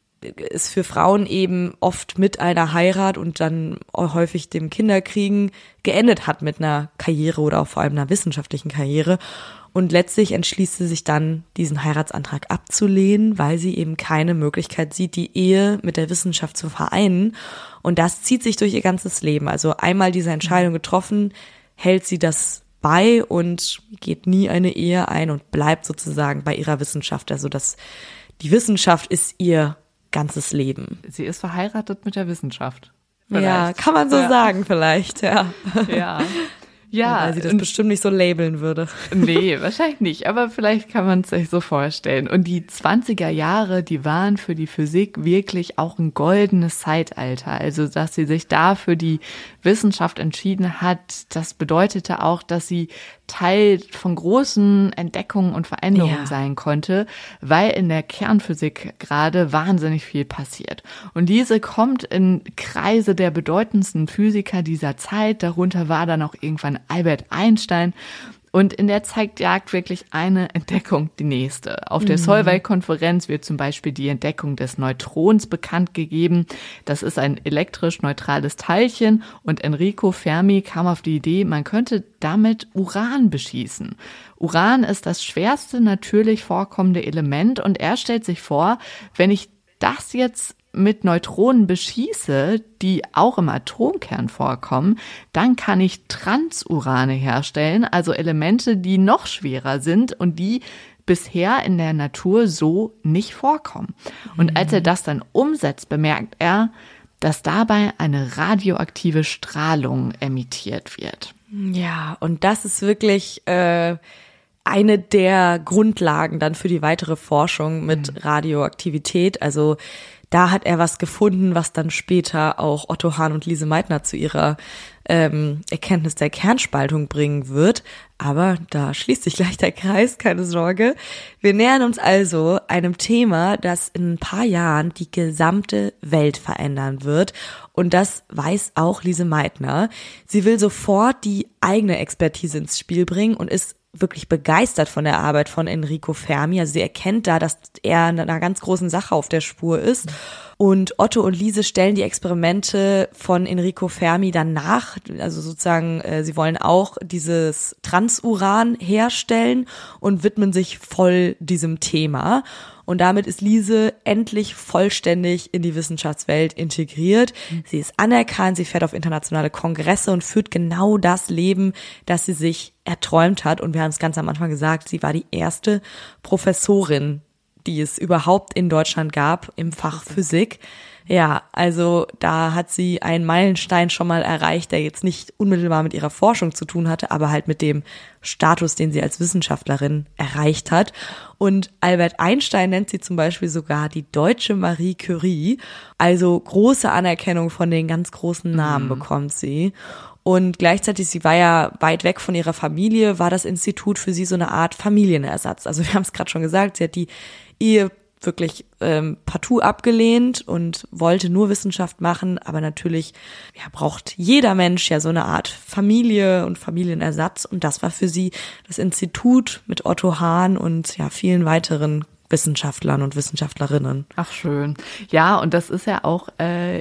es für Frauen eben oft mit einer Heirat und dann häufig dem Kinderkriegen geendet hat mit einer Karriere oder auch vor allem einer wissenschaftlichen Karriere. Und letztlich entschließt sie sich dann, diesen Heiratsantrag abzulehnen, weil sie eben keine Möglichkeit sieht, die Ehe mit der Wissenschaft zu vereinen. Und das zieht sich durch ihr ganzes Leben. Also einmal diese Entscheidung getroffen, hält sie das bei und geht nie eine Ehe ein und bleibt sozusagen bei ihrer Wissenschaft. Also das, die Wissenschaft ist ihr ganzes Leben. Sie ist verheiratet mit der Wissenschaft. Vielleicht. Ja, kann man so ja. sagen vielleicht, ja. Ja. Ja, weil sie das bestimmt nicht so labeln würde. Nee, wahrscheinlich nicht, aber vielleicht kann man es sich so vorstellen. Und die zwanziger Jahre, die waren für die Physik wirklich auch ein goldenes Zeitalter. Also, dass sie sich da für die Wissenschaft entschieden hat, das bedeutete auch, dass sie Teil von großen Entdeckungen und Veränderungen ja. sein konnte, weil in der Kernphysik gerade wahnsinnig viel passiert. Und diese kommt in Kreise der bedeutendsten Physiker dieser Zeit. Darunter war dann auch irgendwann Albert Einstein. Und in der Zeit jagt wirklich eine Entdeckung die nächste. Auf der Solvay-Konferenz wird zum Beispiel die Entdeckung des Neutrons bekannt gegeben. Das ist ein elektrisch neutrales Teilchen und Enrico Fermi kam auf die Idee, man könnte damit Uran beschießen. Uran ist das schwerste natürlich vorkommende Element und er stellt sich vor, wenn ich das jetzt mit Neutronen beschieße, die auch im Atomkern vorkommen, dann kann ich Transurane herstellen, also Elemente, die noch schwerer sind und die bisher in der Natur so nicht vorkommen. Und als er das dann umsetzt, bemerkt er, dass dabei eine radioaktive Strahlung emittiert wird. Ja, und das ist wirklich äh, eine der Grundlagen dann für die weitere Forschung mit mhm. Radioaktivität. Also da hat er was gefunden, was dann später auch Otto Hahn und Lise Meitner zu ihrer ähm, Erkenntnis der Kernspaltung bringen wird. Aber da schließt sich gleich der Kreis, keine Sorge. Wir nähern uns also einem Thema, das in ein paar Jahren die gesamte Welt verändern wird. Und das weiß auch Lise Meitner. Sie will sofort die eigene Expertise ins Spiel bringen und ist wirklich begeistert von der Arbeit von Enrico Fermi. Also sie erkennt da, dass er einer ganz großen Sache auf der Spur ist. Und Otto und Lise stellen die Experimente von Enrico Fermi dann nach. Also sozusagen, äh, sie wollen auch dieses Transuran herstellen und widmen sich voll diesem Thema. Und damit ist Lise endlich vollständig in die Wissenschaftswelt integriert. Sie ist anerkannt, sie fährt auf internationale Kongresse und führt genau das Leben, das sie sich erträumt hat. Und wir haben es ganz am Anfang gesagt, sie war die erste Professorin, die es überhaupt in Deutschland gab im Fach Physik. Ja, also da hat sie einen Meilenstein schon mal erreicht, der jetzt nicht unmittelbar mit ihrer Forschung zu tun hatte, aber halt mit dem Status, den sie als Wissenschaftlerin erreicht hat. Und Albert Einstein nennt sie zum Beispiel sogar die deutsche Marie Curie. Also große Anerkennung von den ganz großen Namen mhm. bekommt sie. Und gleichzeitig, sie war ja weit weg von ihrer Familie, war das Institut für sie so eine Art Familienersatz. Also wir haben es gerade schon gesagt, sie hat die Ehe wirklich ähm, partout abgelehnt und wollte nur Wissenschaft machen, aber natürlich ja, braucht jeder Mensch ja so eine Art Familie und Familienersatz und das war für sie das Institut mit Otto Hahn und ja vielen weiteren Wissenschaftlern und Wissenschaftlerinnen. Ach schön. Ja, und das ist ja auch, äh,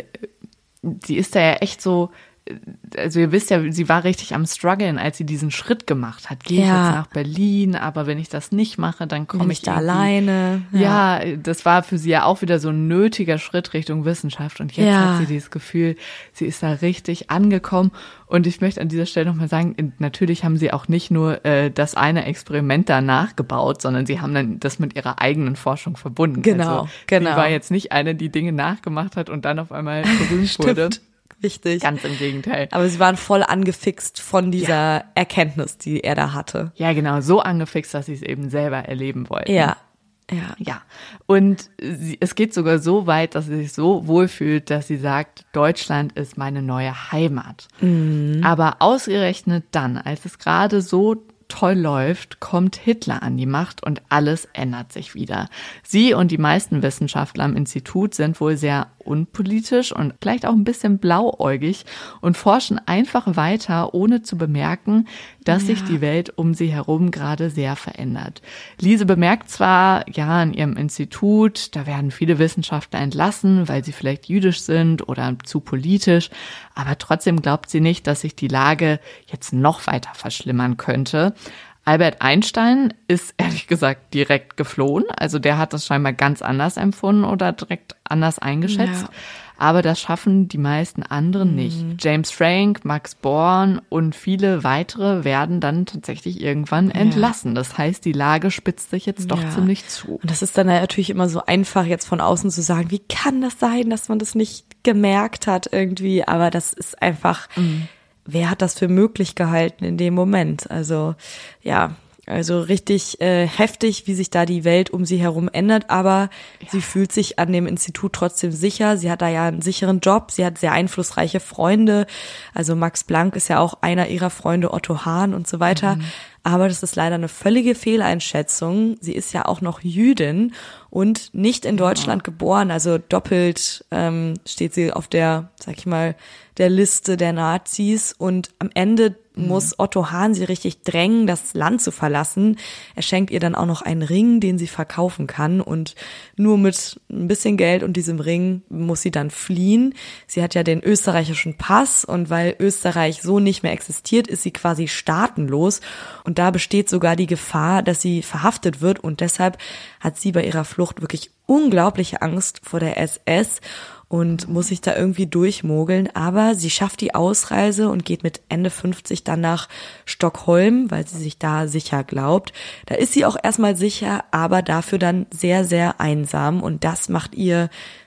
sie ist da ja echt so, also ihr wisst ja, sie war richtig am struggeln, als sie diesen Schritt gemacht hat. Gehe ich ja. jetzt nach Berlin, aber wenn ich das nicht mache, dann komme ich da alleine. Ja. ja, das war für sie ja auch wieder so ein nötiger Schritt Richtung Wissenschaft. Und jetzt ja. hat sie dieses Gefühl, sie ist da richtig angekommen. Und ich möchte an dieser Stelle nochmal sagen, natürlich haben sie auch nicht nur äh, das eine Experiment da nachgebaut, sondern sie haben dann das mit ihrer eigenen Forschung verbunden. Genau, also, genau. Sie war jetzt nicht eine, die Dinge nachgemacht hat und dann auf einmal berühmt wurde. Wichtig. Ganz im Gegenteil. Aber sie waren voll angefixt von dieser ja. Erkenntnis, die er da hatte. Ja, genau. So angefixt, dass sie es eben selber erleben wollten. Ja. Ja. Ja. Und sie, es geht sogar so weit, dass sie sich so wohlfühlt, dass sie sagt, Deutschland ist meine neue Heimat. Mhm. Aber ausgerechnet dann, als es gerade so toll läuft, kommt Hitler an die Macht und alles ändert sich wieder. Sie und die meisten Wissenschaftler am Institut sind wohl sehr unpolitisch und vielleicht auch ein bisschen blauäugig und forschen einfach weiter, ohne zu bemerken, dass ja. sich die Welt um sie herum gerade sehr verändert. Lise bemerkt zwar, ja, in ihrem Institut, da werden viele Wissenschaftler entlassen, weil sie vielleicht jüdisch sind oder zu politisch, aber trotzdem glaubt sie nicht, dass sich die Lage jetzt noch weiter verschlimmern könnte. Albert Einstein ist ehrlich gesagt direkt geflohen. Also der hat das scheinbar ganz anders empfunden oder direkt anders eingeschätzt. Ja. Aber das schaffen die meisten anderen nicht. Mhm. James Franck, Max Born und viele weitere werden dann tatsächlich irgendwann entlassen. Ja. Das heißt, die Lage spitzt sich jetzt doch ja. ziemlich zu. Und das ist dann natürlich immer so einfach, jetzt von außen zu sagen, wie kann das sein, dass man das nicht gemerkt hat irgendwie? Aber das ist einfach... Mhm. Wer hat das für möglich gehalten in dem Moment? Also ja, also richtig äh, heftig, wie sich da die Welt um sie herum ändert, aber ja. sie fühlt sich an dem Institut trotzdem sicher. Sie hat da ja einen sicheren Job, sie hat sehr einflussreiche Freunde. Also Max Planck ist ja auch einer ihrer Freunde, Otto Hahn und so weiter. Mhm. Aber das ist leider eine völlige Fehleinschätzung. Sie ist ja auch noch Jüdin und nicht in Deutschland ja. geboren. Also doppelt ähm, steht sie auf der, sag ich mal, der Liste der Nazis. Und am Ende mhm. muss Otto Hahn sie richtig drängen, das Land zu verlassen. Er schenkt ihr dann auch noch einen Ring, den sie verkaufen kann. Und nur mit ein bisschen Geld und diesem Ring muss sie dann fliehen. Sie hat ja den österreichischen Pass und weil Österreich so nicht mehr existiert, ist sie quasi staatenlos. Und da besteht sogar die Gefahr, dass sie verhaftet wird. Und deshalb hat sie bei ihrer Flucht wirklich unglaubliche Angst vor der S S und muss sich da irgendwie durchmogeln. Aber sie schafft die Ausreise und geht mit Ende fünfzig dann nach Stockholm, weil sie sich da sicher glaubt. Da ist sie auch erstmal sicher, aber dafür dann sehr, sehr einsam. Und das macht ihr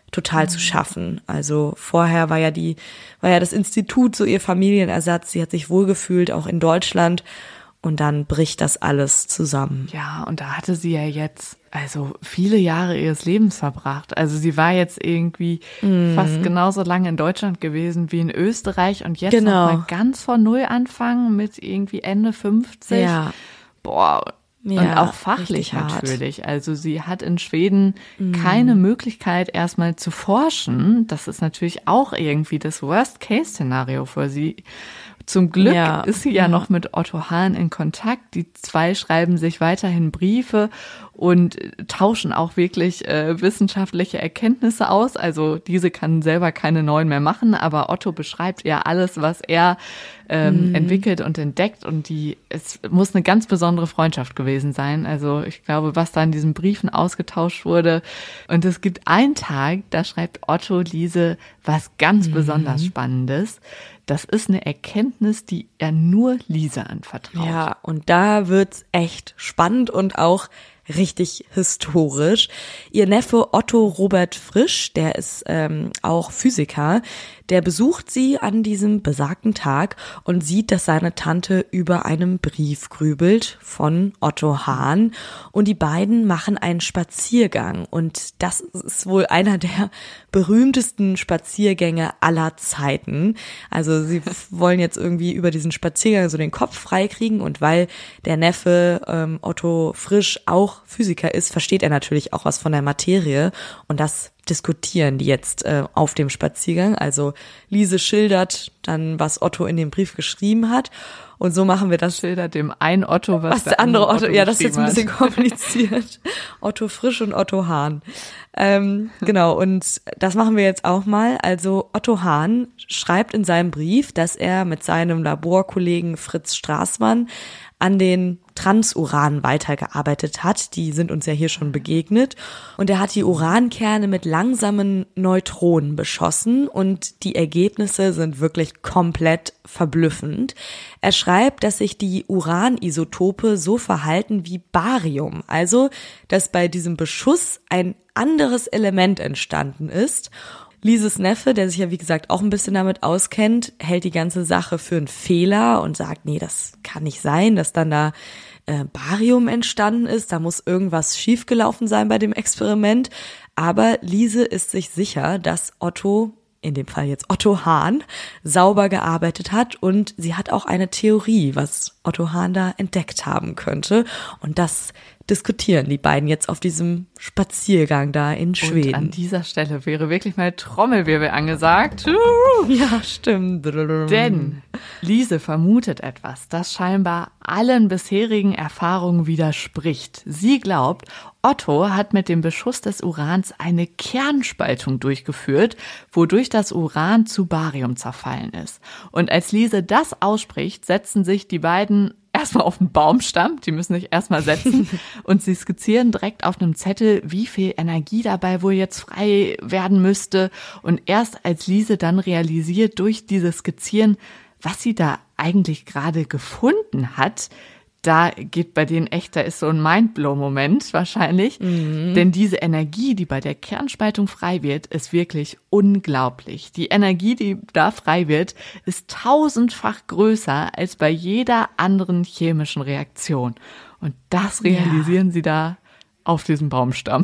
total mhm. zu schaffen. Also vorher war ja die, war ja das Institut so ihr Familienersatz. Sie hat sich wohlgefühlt, auch in Deutschland. Und dann bricht das alles zusammen. Ja, und da hatte sie ja jetzt also viele Jahre ihres Lebens verbracht. Also sie war jetzt irgendwie mm. fast genauso lange in Deutschland gewesen wie in Österreich und jetzt genau. noch mal ganz von Null anfangen mit irgendwie Ende fünfzig. Ja. Boah, ja, und auch fachlich natürlich. Also sie hat in Schweden mm. keine Möglichkeit erstmal zu forschen. Das ist natürlich auch irgendwie das Worst-Case-Szenario für sie. Zum Glück ja, ist sie ja, ja noch mit Otto Hahn in Kontakt. Die zwei schreiben sich weiterhin Briefe und tauschen auch wirklich äh, wissenschaftliche Erkenntnisse aus. Also diese kann selber keine neuen mehr machen, aber Otto beschreibt ja alles, was er ähm, mhm. entwickelt und entdeckt. Und die es muss eine ganz besondere Freundschaft gewesen sein. Also ich glaube, was da in diesen Briefen ausgetauscht wurde. Und es gibt einen Tag, da schreibt Otto Lise was ganz mhm. besonders Spannendes. Das ist eine Erkenntnis, die er nur Lise anvertraut. Ja, und da wird's echt spannend und auch richtig historisch. Ihr Neffe Otto Robert Frisch, der ist ähm, auch Physiker, der besucht sie an diesem besagten Tag und sieht, dass seine Tante über einem Brief grübelt von Otto Hahn. Und die beiden machen einen Spaziergang. Und das ist wohl einer der berühmtesten Spaziergänge aller Zeiten. Also sie wollen jetzt irgendwie über diesen Spaziergang so den Kopf freikriegen. Und weil der Neffe ähm, Otto Frisch auch Physiker ist, versteht er natürlich auch was von der Materie. Und das diskutieren die jetzt äh, auf dem Spaziergang. Also Lise schildert dann, was Otto in dem Brief geschrieben hat. Und so machen wir das. Schildert dem einen Otto, was, was der andere Otto, Otto ja, das ist jetzt ein bisschen kompliziert. Otto Frisch und Otto Hahn. Ähm, genau, und das machen wir jetzt auch mal. Also Otto Hahn schreibt in seinem Brief, dass er mit seinem Laborkollegen Fritz Straßmann an den Transuran weitergearbeitet hat. Die sind uns ja hier schon begegnet. Und er hat die Urankerne mit langsamen Neutronen beschossen und die Ergebnisse sind wirklich komplett verblüffend. Er schreibt, dass sich die Uranisotope so verhalten wie Barium, also dass bei diesem Beschuss ein anderes Element entstanden ist. Lises Neffe, der sich ja wie gesagt auch ein bisschen damit auskennt, hält die ganze Sache für einen Fehler und sagt, nee, das kann nicht sein, dass dann da äh, Barium entstanden ist, da muss irgendwas schiefgelaufen sein bei dem Experiment. Aber Lise ist sich sicher, dass Otto, in dem Fall jetzt Otto Hahn, sauber gearbeitet hat und sie hat auch eine Theorie, was Otto Hahn da entdeckt haben könnte. Und das diskutieren die beiden jetzt auf diesem Spaziergang da in Schweden. Und an dieser Stelle wäre wirklich mal Trommelwirbel angesagt. Ja, stimmt. Denn Lise vermutet etwas, das scheinbar allen bisherigen Erfahrungen widerspricht. Sie glaubt, Otto hat mit dem Beschuss des Urans eine Kernspaltung durchgeführt, wodurch das Uran zu Barium zerfallen ist. Und als Lise das ausspricht, setzen sich die beiden erstmal auf den Baumstamm, die müssen sich erstmal setzen und sie skizzieren direkt auf einem Zettel, wie viel Energie dabei wohl jetzt frei werden müsste. Und erst als Lise dann realisiert durch dieses Skizzieren, was sie da eigentlich gerade gefunden hat, da geht bei denen echt, da ist so ein Mindblow-Moment wahrscheinlich. Mhm. Denn diese Energie, die bei der Kernspaltung frei wird, ist wirklich unglaublich. Die Energie, die da frei wird, ist tausendfach größer als bei jeder anderen chemischen Reaktion. Und das realisieren ja. sie da auf diesem Baumstamm.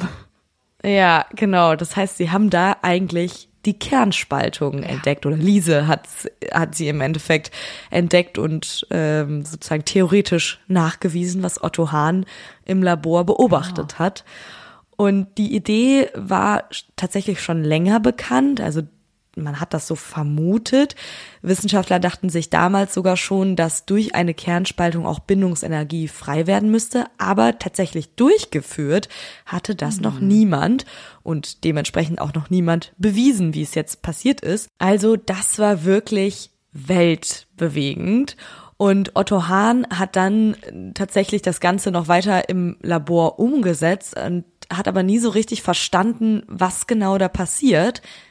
Ja, genau. Das heißt, sie haben da eigentlich die Kernspaltung ja. entdeckt oder Lise hat hat sie im Endeffekt entdeckt und ähm, sozusagen theoretisch nachgewiesen, was Otto Hahn im Labor beobachtet ja. hat. Und die Idee war tatsächlich schon länger bekannt, also man hat das so vermutet. Wissenschaftler dachten sich damals sogar schon, dass durch eine Kernspaltung auch Bindungsenergie frei werden müsste. Aber tatsächlich durchgeführt hatte das mhm. noch niemand und dementsprechend auch noch niemand bewiesen, wie es jetzt passiert ist. Also das war wirklich weltbewegend. Und Otto Hahn hat dann tatsächlich das Ganze noch weiter im Labor umgesetzt und hat aber nie so richtig verstanden, was genau da passiert.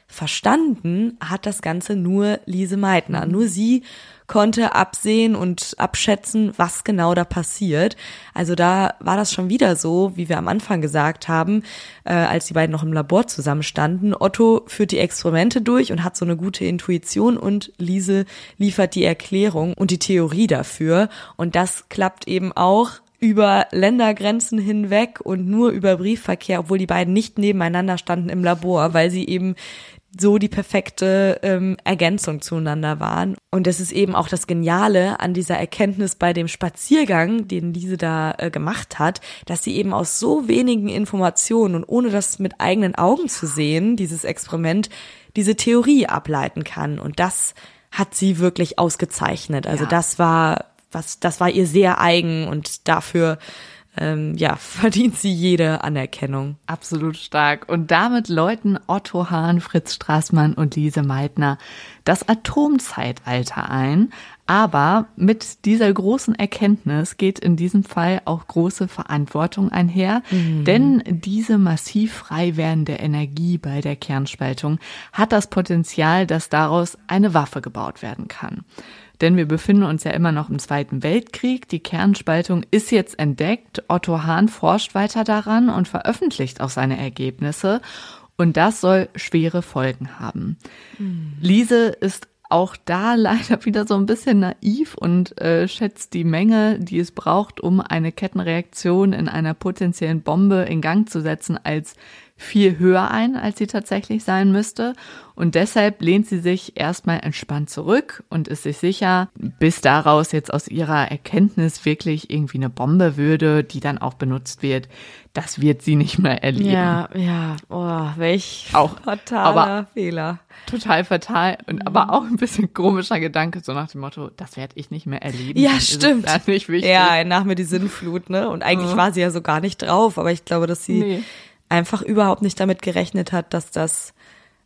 verstanden hat das Ganze nur Lise Meitner. Nur sie konnte absehen und abschätzen, was genau da passiert. Also da war das schon wieder so, wie wir am Anfang gesagt haben, äh, als die beiden noch im Labor zusammenstanden. Otto führt die Experimente durch und hat so eine gute Intuition und Lise liefert die Erklärung und die Theorie dafür. Und das klappt eben auch über Ländergrenzen hinweg und nur über Briefverkehr, obwohl die beiden nicht nebeneinander standen im Labor, weil sie eben so die perfekte ähm, Ergänzung zueinander waren. Und das ist eben auch das Geniale an dieser Erkenntnis bei dem Spaziergang, den Lise da äh, gemacht hat, dass sie eben aus so wenigen Informationen und ohne das mit eigenen Augen zu sehen, dieses Experiment, diese Theorie ableiten kann. Und das hat sie wirklich ausgezeichnet. Also ja. das war was, das war ihr sehr eigen und dafür Ähm, ja, verdient sie jede Anerkennung. Absolut stark. Und damit läuten Otto Hahn, Fritz Straßmann und Lise Meitner das Atomzeitalter ein. Aber mit dieser großen Erkenntnis geht in diesem Fall auch große Verantwortung einher. Mhm. Denn diese massiv frei werdende Energie bei der Kernspaltung hat das Potenzial, dass daraus eine Waffe gebaut werden kann. Denn wir befinden uns ja immer noch im Zweiten Weltkrieg. Die Kernspaltung ist jetzt entdeckt. Otto Hahn forscht weiter daran und veröffentlicht auch seine Ergebnisse. Und das soll schwere Folgen haben. Mhm. Lise ist auch da leider wieder so ein bisschen naiv und äh, schätzt die Menge, die es braucht, um eine Kettenreaktion in einer potenziellen Bombe in Gang zu setzen, als viel höher ein, als sie tatsächlich sein müsste. Und deshalb lehnt sie sich erstmal entspannt zurück und ist sich sicher, bis daraus jetzt aus ihrer Erkenntnis wirklich irgendwie eine Bombe würde, die dann auch benutzt wird, das wird sie nicht mehr erleben. Ja, ja, oh, welch auch fataler aber Fehler. Total fatal und mhm. aber auch ein bisschen komischer Gedanke, so nach dem Motto, das werde ich nicht mehr erleben. Ja, stimmt. Ist nicht wichtig. Ja, nach mir die Sinnflut, ne? Und eigentlich mhm. war sie ja so gar nicht drauf, aber ich glaube, dass sie nee. einfach überhaupt nicht damit gerechnet hat, dass das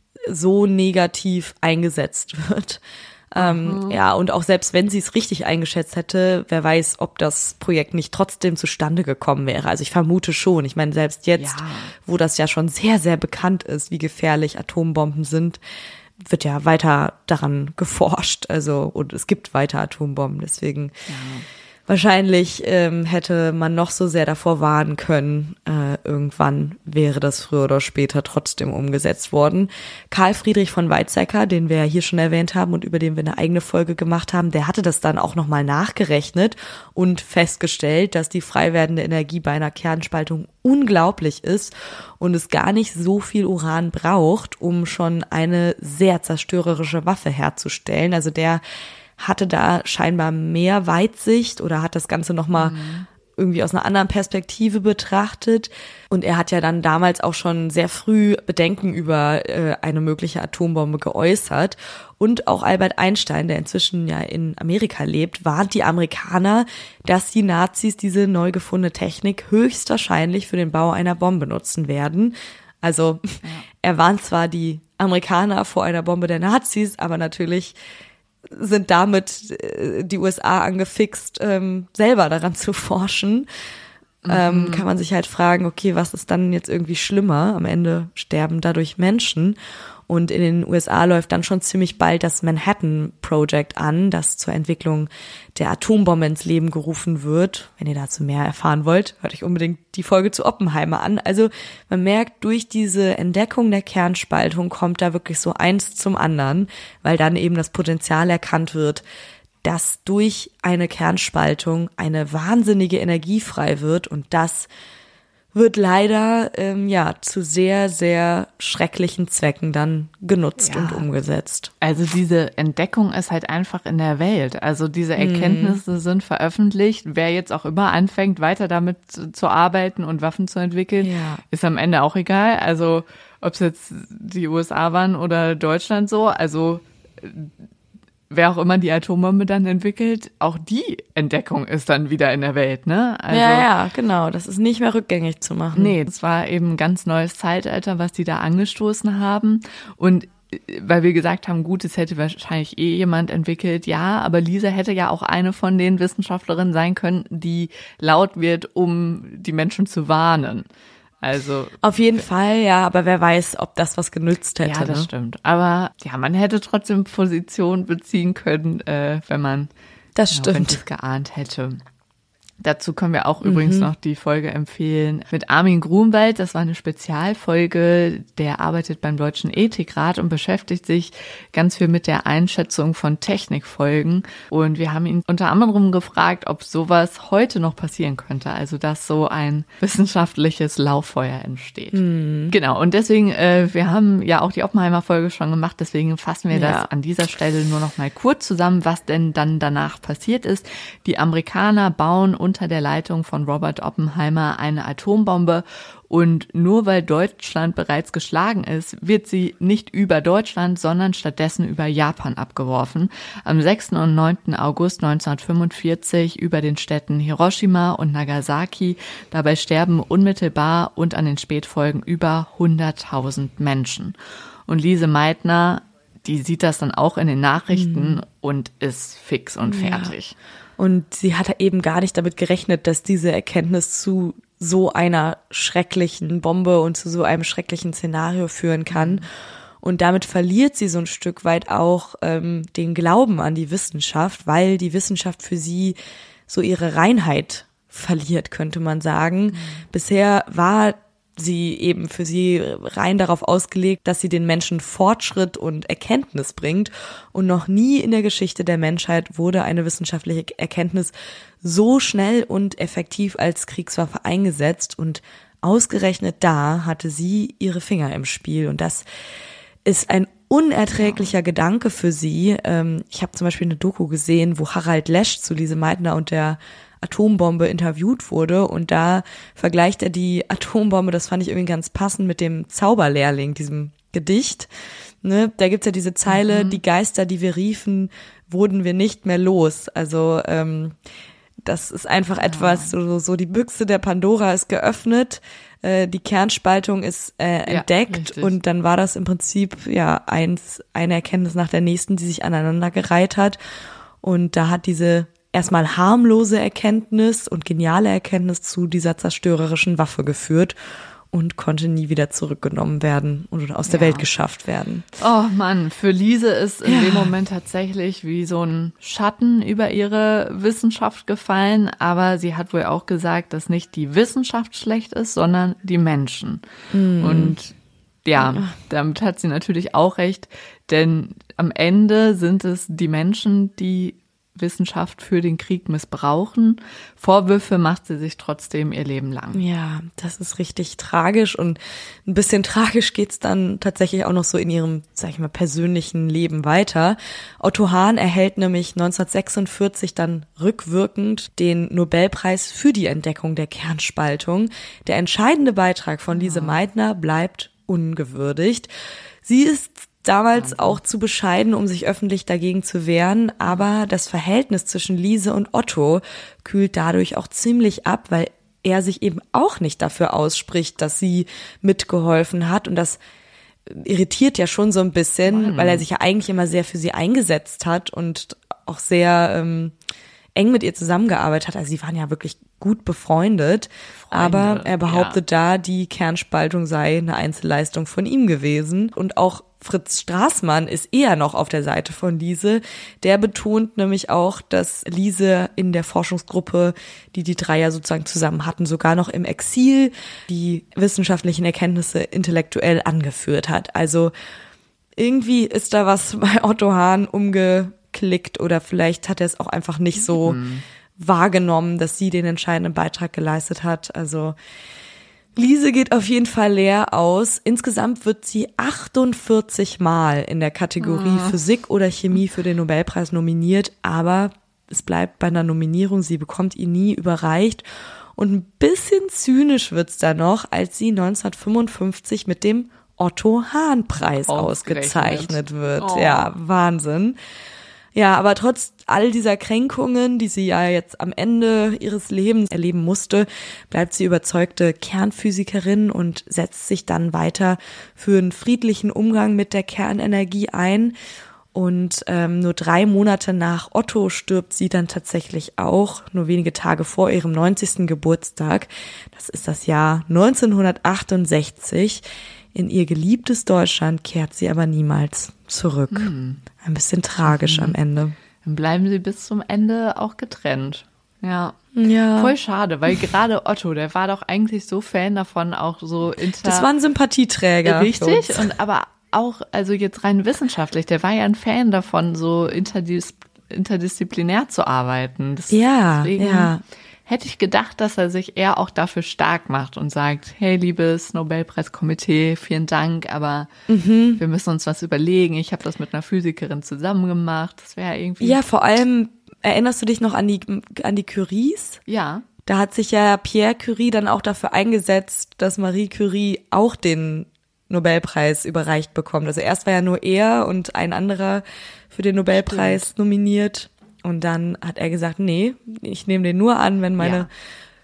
so negativ eingesetzt wird. Ähm, mhm. Ja, und auch selbst wenn sie es richtig eingeschätzt hätte, wer weiß, ob das Projekt nicht trotzdem zustande gekommen wäre. Also ich vermute schon. Ich meine, selbst jetzt, ja. wo das ja schon sehr, sehr bekannt ist, wie gefährlich Atombomben sind, wird ja weiter daran geforscht. Also, und es gibt weiter Atombomben. Deswegen ja. Wahrscheinlich ähm, hätte man noch so sehr davor warnen können. Äh, irgendwann wäre das früher oder später trotzdem umgesetzt worden. Karl Friedrich von Weizsäcker, den wir ja hier schon erwähnt haben und über den wir eine eigene Folge gemacht haben, der hatte das dann auch nochmal nachgerechnet und festgestellt, dass die frei werdende Energie bei einer Kernspaltung unglaublich ist und es gar nicht so viel Uran braucht, um schon eine sehr zerstörerische Waffe herzustellen. Also der hatte da scheinbar mehr Weitsicht oder hat das Ganze nochmal mhm. irgendwie aus einer anderen Perspektive betrachtet. Und er hat ja dann damals auch schon sehr früh Bedenken über äh, eine mögliche Atombombe geäußert. Und auch Albert Einstein, der inzwischen ja in Amerika lebt, warnt die Amerikaner, dass die Nazis diese neu gefundene Technik höchstwahrscheinlich für den Bau einer Bombe nutzen werden. Also ja. er warnt zwar die Amerikaner vor einer Bombe der Nazis, aber natürlich sind damit die U S A angefixt, ähm, selber daran zu forschen. Mhm. Ähm, kann man sich halt fragen, okay, was ist dann jetzt irgendwie schlimmer? Am Ende sterben dadurch Menschen. Und in den U S A läuft dann schon ziemlich bald das Manhattan Project an, das zur Entwicklung der Atombombe ins Leben gerufen wird. Wenn ihr dazu mehr erfahren wollt, hört euch unbedingt die Folge zu Oppenheimer an. Also man merkt, durch diese Entdeckung der Kernspaltung kommt da wirklich so eins zum anderen, weil dann eben das Potenzial erkannt wird, dass durch eine Kernspaltung eine wahnsinnige Energie frei wird und das wird leider ähm, ja zu sehr, sehr schrecklichen Zwecken dann genutzt ja. und umgesetzt. Also diese Entdeckung ist halt einfach in der Welt. Also diese Erkenntnisse mm. sind veröffentlicht. Wer jetzt auch immer anfängt, weiter damit zu, zu arbeiten und Waffen zu entwickeln, ja. ist am Ende auch egal. Also ob es jetzt die U S A waren oder Deutschland so, also wer auch immer die Atombombe dann entwickelt, auch die Entdeckung ist dann wieder in der Welt, ne? Also, ja, ja, genau. Das ist nicht mehr rückgängig zu machen. Nee, es war eben ein ganz neues Zeitalter, was die da angestoßen haben. Und weil wir gesagt haben, gut, es hätte wahrscheinlich eh jemand entwickelt, ja, aber Lise hätte ja auch eine von den Wissenschaftlerinnen sein können, die laut wird, um die Menschen zu warnen. Also auf jeden Fall, ja, aber wer weiß, ob das was genützt hätte. Ja, das ne? stimmt. Aber ja, man hätte trotzdem Position beziehen können, äh, wenn man Das ja, wenn stimmt. es geahnt hätte. Dazu können wir auch mhm. übrigens noch die Folge empfehlen mit Armin Grunwald. Das war eine Spezialfolge. Der arbeitet beim Deutschen Ethikrat und beschäftigt sich ganz viel mit der Einschätzung von Technikfolgen. Und wir haben ihn unter anderem gefragt, ob sowas heute noch passieren könnte. Also, dass so ein wissenschaftliches Lauffeuer entsteht. Mhm. Genau. Und deswegen, äh, wir haben ja auch die Oppenheimer-Folge schon gemacht. Deswegen fassen wir ja. das an dieser Stelle nur noch mal kurz zusammen, was denn dann danach passiert ist. Die Amerikaner bauen unter der Leitung von Robert Oppenheimer eine Atombombe und nur weil Deutschland bereits geschlagen ist, wird sie nicht über Deutschland, sondern stattdessen über Japan abgeworfen. Am sechsten und neunten August neunzehnhundertfünfundvierzig über den Städten Hiroshima und Nagasaki. Dabei sterben unmittelbar und an den Spätfolgen über hunderttausend Menschen. Und Lise Meitner, die sieht das dann auch in den Nachrichten mhm. und ist fix und fertig. Ja. Und sie hatte eben gar nicht damit gerechnet, dass diese Erkenntnis zu so einer schrecklichen Bombe und zu so einem schrecklichen Szenario führen kann. Und damit verliert sie so ein Stück weit auch ähm, den Glauben an die Wissenschaft, weil die Wissenschaft für sie so ihre Reinheit verliert, könnte man sagen. Mhm. Bisher war sie eben für sie rein darauf ausgelegt, dass sie den Menschen Fortschritt und Erkenntnis bringt. Und noch nie in der Geschichte der Menschheit wurde eine wissenschaftliche Erkenntnis so schnell und effektiv als Kriegswaffe eingesetzt. Und ausgerechnet da hatte sie ihre Finger im Spiel. Und das ist ein unerträglicher ja. Gedanke für sie. Ich habe zum Beispiel eine Doku gesehen, wo Harald Lesch zu Lise Meitner und der Atombombe interviewt wurde und da vergleicht er die Atombombe, das fand ich irgendwie ganz passend, mit dem Zauberlehrling, diesem Gedicht. Ne? Da gibt's ja diese Zeile, mhm. die Geister, die wir riefen, wurden wir nicht mehr los. Also ähm, das ist einfach ja. etwas, so, so die Büchse der Pandora ist geöffnet, äh, die Kernspaltung ist äh, entdeckt ja, und dann war das im Prinzip ja eins eine Erkenntnis nach der nächsten, die sich aneinandergereiht hat und da hat diese erstmal harmlose Erkenntnis und geniale Erkenntnis zu dieser zerstörerischen Waffe geführt und konnte nie wieder zurückgenommen werden und aus der ja. Welt geschafft werden. Oh Mann, für Lise ist in ja. dem Moment tatsächlich wie so ein Schatten über ihre Wissenschaft gefallen, aber sie hat wohl auch gesagt, dass nicht die Wissenschaft schlecht ist, sondern die Menschen. Mhm. Und ja, damit hat sie natürlich auch recht, denn am Ende sind es die Menschen, die Wissenschaft für den Krieg missbrauchen. Vorwürfe macht sie sich trotzdem ihr Leben lang. Ja, das ist richtig tragisch und ein bisschen tragisch geht's dann tatsächlich auch noch so in ihrem, sag ich mal, persönlichen Leben weiter. Otto Hahn erhält nämlich neunzehnhundertsechsundvierzig dann rückwirkend den Nobelpreis für die Entdeckung der Kernspaltung. Der entscheidende Beitrag von Lise Meitner bleibt ungewürdigt. Sie ist damals auch zu bescheiden, um sich öffentlich dagegen zu wehren, aber das Verhältnis zwischen Lise und Otto kühlt dadurch auch ziemlich ab, weil er sich eben auch nicht dafür ausspricht, dass sie mitgeholfen hat und das irritiert ja schon so ein bisschen, Mann. Weil er sich ja eigentlich immer sehr für sie eingesetzt hat und auch sehr ähm, eng mit ihr zusammengearbeitet hat. Also sie waren ja wirklich gut befreundet, Freunde, aber er behauptet ja. da, die Kernspaltung sei eine Einzelleistung von ihm gewesen und auch Fritz Straßmann ist eher noch auf der Seite von Lise. Der betont nämlich auch, dass Lise in der Forschungsgruppe, die die drei ja sozusagen zusammen hatten, sogar noch im Exil die wissenschaftlichen Erkenntnisse intellektuell angeführt hat. Also irgendwie ist da was bei Otto Hahn umgeklickt oder vielleicht hat er es auch einfach nicht so mhm. wahrgenommen, dass sie den entscheidenden Beitrag geleistet hat. Also Lise geht auf jeden Fall leer aus. Insgesamt wird sie achtundvierzig Mal in der Kategorie oh. Physik oder Chemie für den Nobelpreis nominiert, aber es bleibt bei einer Nominierung, sie bekommt ihn nie überreicht. Und ein bisschen zynisch wird's da noch, als sie neunzehnhundertfünfundfünfzig mit dem Otto-Hahn-Preis ausgezeichnet wird. Oh. Ja, Wahnsinn. Ja, aber trotz all dieser Kränkungen, die sie ja jetzt am Ende ihres Lebens erleben musste, bleibt sie überzeugte Kernphysikerin und setzt sich dann weiter für einen friedlichen Umgang mit der Kernenergie ein. Und ähm, nur drei Monate nach Otto stirbt sie dann tatsächlich auch, nur wenige Tage vor ihrem neunzigsten Geburtstag. Das ist das Jahr neunzehnhundertachtundsechzig. In ihr geliebtes Deutschland kehrt sie aber niemals zurück. Hm. Ein bisschen tragisch hm. am Ende. Dann bleiben sie bis zum Ende auch getrennt. Ja. Ja. Voll schade, weil gerade Otto, der war doch eigentlich so Fan davon, auch so inter... Das war ein Sympathieträger. Richtig, und aber auch, also jetzt rein wissenschaftlich, der war ja ein Fan davon, so interdis- interdisziplinär zu arbeiten. Das, ja, deswegen ja. hätte ich gedacht, dass er sich eher auch dafür stark macht und sagt, hey, liebes Nobelpreiskomitee, vielen Dank, aber mhm. wir müssen uns was überlegen. Ich habe das mit einer Physikerin zusammen gemacht. Das wäre irgendwie... Ja, vor allem, erinnerst du dich noch an die, an die Curies? Ja. Da hat sich ja Pierre Curie dann auch dafür eingesetzt, dass Marie Curie auch den Nobelpreis überreicht bekommt. Also erst war ja nur er und ein anderer für den Nobelpreis Stimmt. nominiert. Und dann hat er gesagt, nee, ich nehme den nur an, wenn meine ja.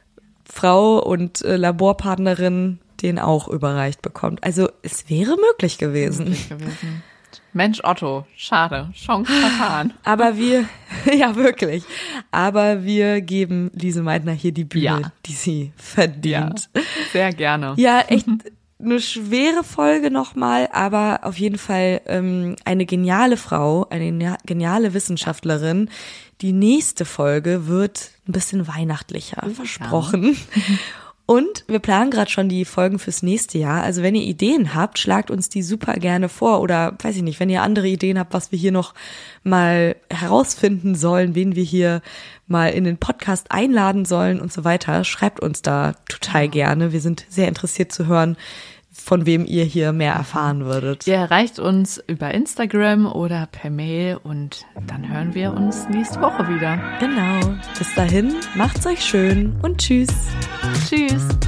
Frau und äh, Laborpartnerin den auch überreicht bekommt. Also es wäre möglich gewesen. Möglich gewesen. Mensch, Otto, schade, Chance vertan. Aber wir, ja wirklich, aber wir geben Lise Meitner hier die Bühne, ja. die sie verdient. Ja, sehr gerne. Ja, echt eine schwere Folge nochmal, aber auf jeden Fall ähm, eine geniale Frau, eine geniale Wissenschaftlerin. Die nächste Folge wird ein bisschen weihnachtlicher, oh, versprochen. Ja. Und wir planen gerade schon die Folgen fürs nächste Jahr. Also wenn ihr Ideen habt, schlagt uns die super gerne vor. Oder weiß ich nicht, wenn ihr andere Ideen habt, was wir hier noch mal herausfinden sollen, wen wir hier mal in den Podcast einladen sollen und so weiter, schreibt uns da total gerne. Wir sind sehr interessiert zu hören, von wem ihr hier mehr erfahren würdet. Ihr erreicht uns über Instagram oder per Mail und dann hören wir uns nächste Woche wieder. Genau. Bis dahin, macht's euch schön und tschüss. Tschüss.